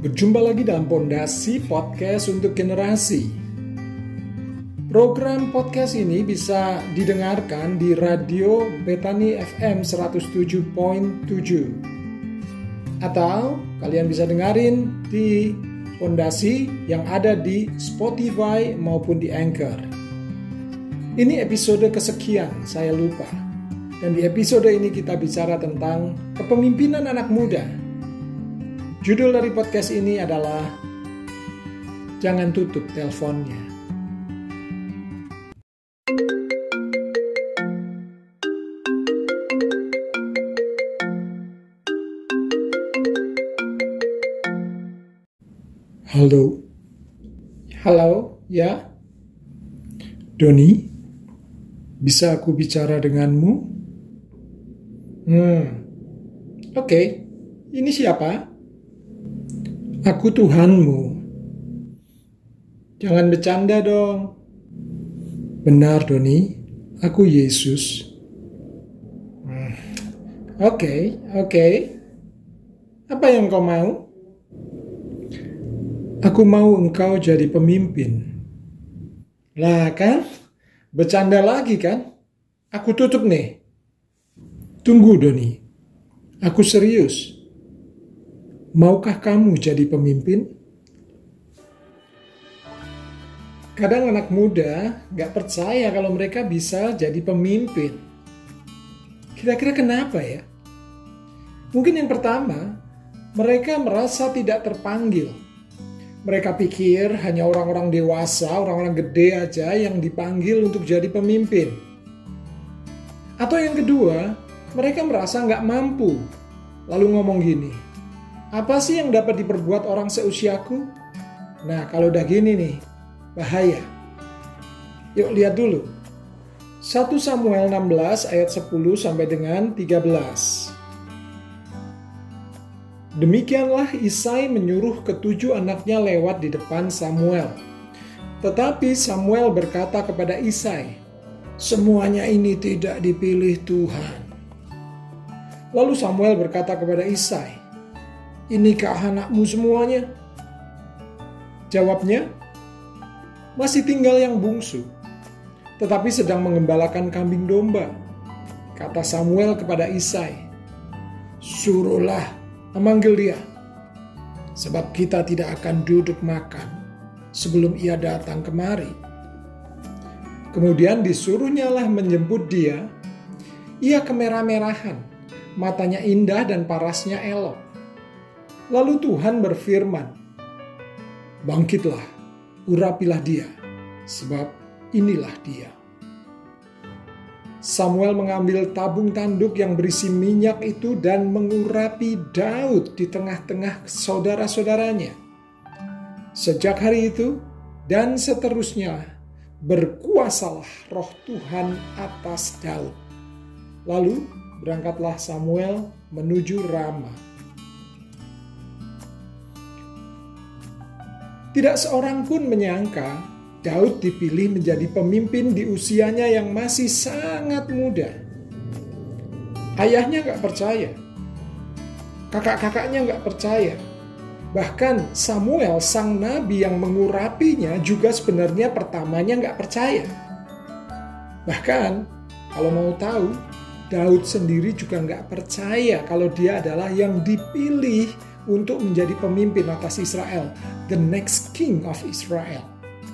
Berjumpa lagi dalam Pondasi Podcast untuk Generasi. Program podcast ini bisa didengarkan di Radio Betani FM 107.7 atau kalian bisa dengerin di Pondasi yang ada di Spotify maupun di Anchor. Ini episode kesekian, saya lupa. Dan di episode ini kita bicara tentang kepemimpinan anak muda. Judul dari podcast ini adalah Jangan Tutup Teleponnya. Halo. Halo, ya. Doni, bisa aku bicara denganmu? Oke. Ini siapa? Aku Tuhanmu. Jangan bercanda dong. Benar, Doni. Aku Yesus. Oke. Apa yang kau mau? Aku mau engkau jadi pemimpin. Lah kan? Bercanda lagi kan? Aku tutup nih. Tunggu, Doni. Aku serius. Maukah kamu jadi pemimpin? Kadang anak muda gak percaya kalau mereka bisa jadi pemimpin. Kira-kira kenapa ya? Mungkin yang pertama, mereka merasa tidak terpanggil. Mereka pikir hanya orang-orang dewasa, orang-orang gede aja yang dipanggil untuk jadi pemimpin. Atau yang kedua, mereka merasa gak mampu. Lalu ngomong gini, apa sih yang dapat diperbuat orang seusiaku? Nah, kalau udah gini nih, bahaya. Yuk lihat dulu. 1 Samuel 16 ayat 10 sampai dengan 13. Demikianlah Isai menyuruh ketujuh anaknya lewat di depan Samuel. Tetapi Samuel berkata kepada Isai, semuanya ini tidak dipilih Tuhan. Lalu Samuel berkata kepada Isai, inikah anakmu semuanya? Jawabnya, masih tinggal yang bungsu, tetapi sedang mengembalakan kambing domba. Kata Samuel kepada Isai, suruhlah memanggil dia, sebab kita tidak akan duduk makan sebelum ia datang kemari. Kemudian disuruhnyalah menjemput dia. Ia kemerah-merahan, matanya indah dan parasnya elok. Lalu Tuhan berfirman, bangkitlah, urapilah dia, sebab inilah dia. Samuel mengambil tabung tanduk yang berisi minyak itu dan mengurapi Daud di tengah-tengah saudara-saudaranya. Sejak hari itu dan seterusnya berkuasalah roh Tuhan atas Daud. Lalu berangkatlah Samuel menuju Rama. Tidak seorang pun menyangka Daud dipilih menjadi pemimpin di usianya yang masih sangat muda. Ayahnya gak percaya. Kakak-kakaknya gak percaya. Bahkan Samuel, sang nabi yang mengurapinya juga sebenarnya pertamanya gak percaya. Bahkan, kalau mau tahu, Daud sendiri juga gak percaya kalau dia adalah yang dipilih untuk menjadi pemimpin atas Israel, the next king of Israel.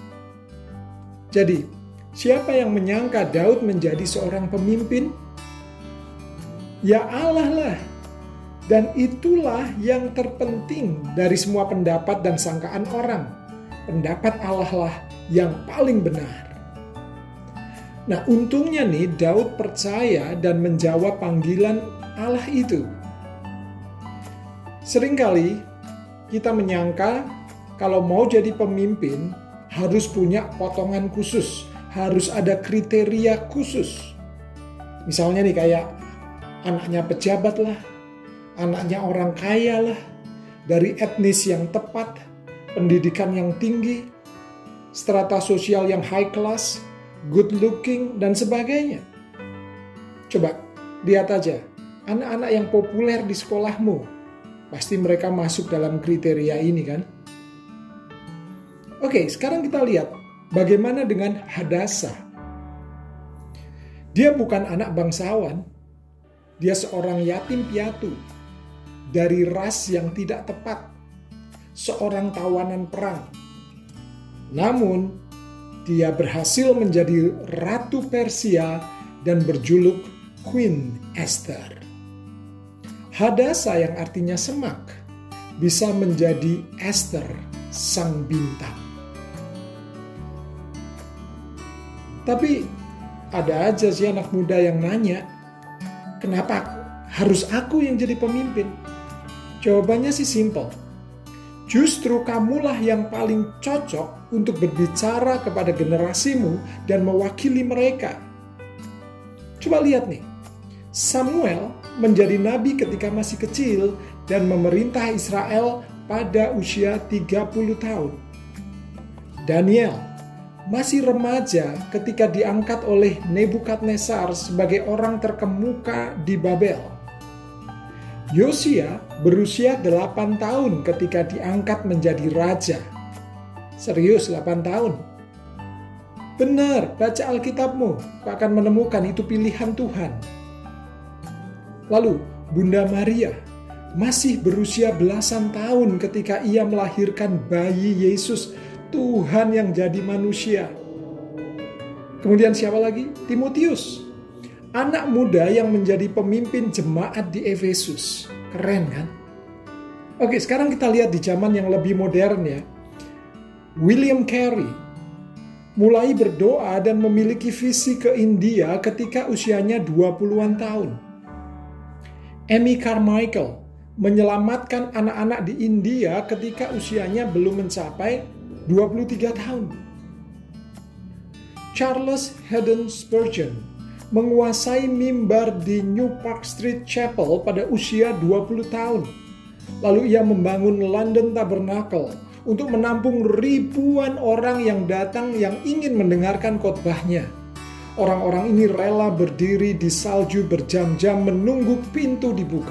Jadi, siapa yang menyangka Daud menjadi seorang pemimpin? Ya Allah lah. Dan itulah yang terpenting dari semua pendapat dan sangkaan orang. Pendapat Allah lah yang paling benar. Nah, untungnya nih Daud percaya dan menjawab panggilan Allah itu. Seringkali kita menyangka kalau mau jadi pemimpin harus punya potongan khusus, harus ada kriteria khusus. Misalnya nih kayak anaknya pejabat lah, anaknya orang kaya lah, dari etnis yang tepat, pendidikan yang tinggi, strata sosial yang high class, good looking, dan sebagainya. Coba lihat aja anak-anak yang populer di sekolahmu. Pasti mereka masuk dalam kriteria ini kan? Oke, sekarang kita lihat bagaimana dengan Hadassa. Dia bukan anak bangsawan. Dia seorang yatim piatu dari ras yang tidak tepat. Seorang tawanan perang. Namun, dia berhasil menjadi Ratu Persia dan berjuluk Queen Esther. Hadassa yang artinya semak bisa menjadi Esther, sang bintang. Tapi ada aja sih anak muda yang nanya, kenapa harus aku yang jadi pemimpin? Jawabannya sih simple. Justru kamulah yang paling cocok untuk berbicara kepada generasimu dan mewakili mereka. Coba lihat nih, Samuel menjadi nabi ketika masih kecil dan memerintah Israel pada usia 30 tahun. Daniel masih remaja ketika diangkat oleh Nebukadnezar sebagai orang terkemuka di Babel. Yosia berusia 8 tahun ketika diangkat menjadi raja. Serius 8 tahun? Benar, baca Alkitabmu, kau akan menemukan itu pilihan Tuhan. Lalu, Bunda Maria masih berusia belasan tahun ketika ia melahirkan bayi Yesus, Tuhan yang jadi manusia. Kemudian siapa lagi? Timotius, anak muda yang menjadi pemimpin jemaat di Efesus. Keren kan? Oke, sekarang kita lihat di zaman yang lebih modern ya. William Carey mulai berdoa dan memiliki visi ke India ketika usianya 20-an tahun. Amy Carmichael menyelamatkan anak-anak di India ketika usianya belum mencapai 23 tahun. Charles Haddon Spurgeon menguasai mimbar di New Park Street Chapel pada usia 20 tahun. Lalu ia membangun London Tabernacle untuk menampung ribuan orang yang datang yang ingin mendengarkan khotbahnya. Orang-orang ini rela berdiri di salju berjam-jam menunggu pintu dibuka.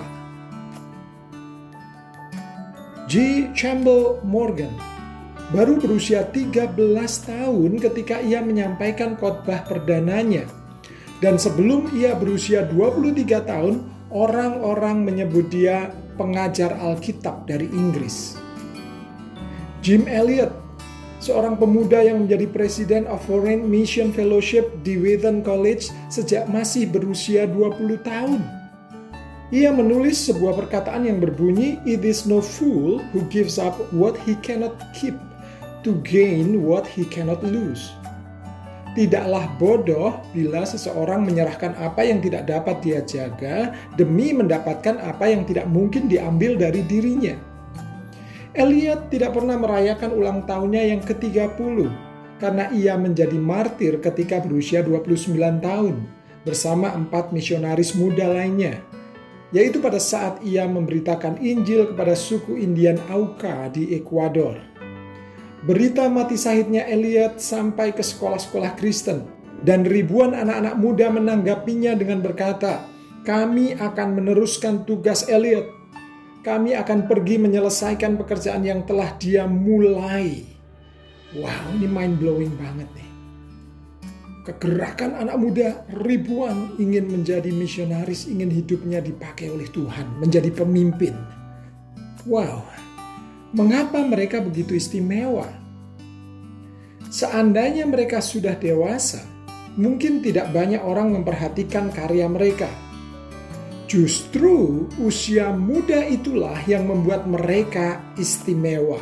G. Campbell Morgan baru berusia 13 tahun ketika ia menyampaikan khotbah perdananya. Dan sebelum ia berusia 23 tahun, orang-orang menyebut dia pengajar Alkitab dari Inggris. Jim Elliot, seorang pemuda yang menjadi presiden of Foreign Mission Fellowship di Wheaton College sejak masih berusia 20 tahun. Ia menulis sebuah perkataan yang berbunyi, "It is no fool who gives up what he cannot keep to gain what he cannot lose." Tidaklah bodoh bila seseorang menyerahkan apa yang tidak dapat dia jaga demi mendapatkan apa yang tidak mungkin diambil dari dirinya. Elliot tidak pernah merayakan ulang tahunnya yang ke-30 karena ia menjadi martir ketika berusia 29 tahun bersama 4 misionaris muda lainnya, yaitu pada saat ia memberitakan Injil kepada suku Indian Auca di Ekuador. Berita mati syahidnya Elliot sampai ke sekolah-sekolah Kristen dan ribuan anak-anak muda menanggapinya dengan berkata, "Kami akan meneruskan tugas Elliot. Kami akan pergi menyelesaikan pekerjaan yang telah dia mulai." Wow, ini mind blowing banget nih. Kegerakan anak muda ribuan ingin menjadi misionaris, ingin hidupnya dipakai oleh Tuhan, menjadi pemimpin. Wow. Mengapa mereka begitu istimewa? Seandainya mereka sudah dewasa, mungkin tidak banyak orang memperhatikan karya mereka. Justru usia muda itulah yang membuat mereka istimewa.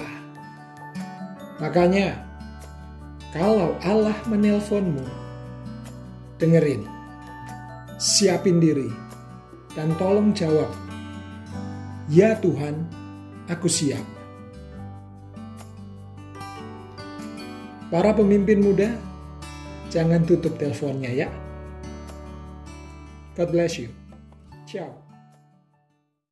Makanya, kalau Allah menelponmu, dengerin, siapin diri, dan tolong jawab, "Ya Tuhan, aku siap." Para pemimpin muda, jangan tutup teleponnya ya. God bless you. Ciao.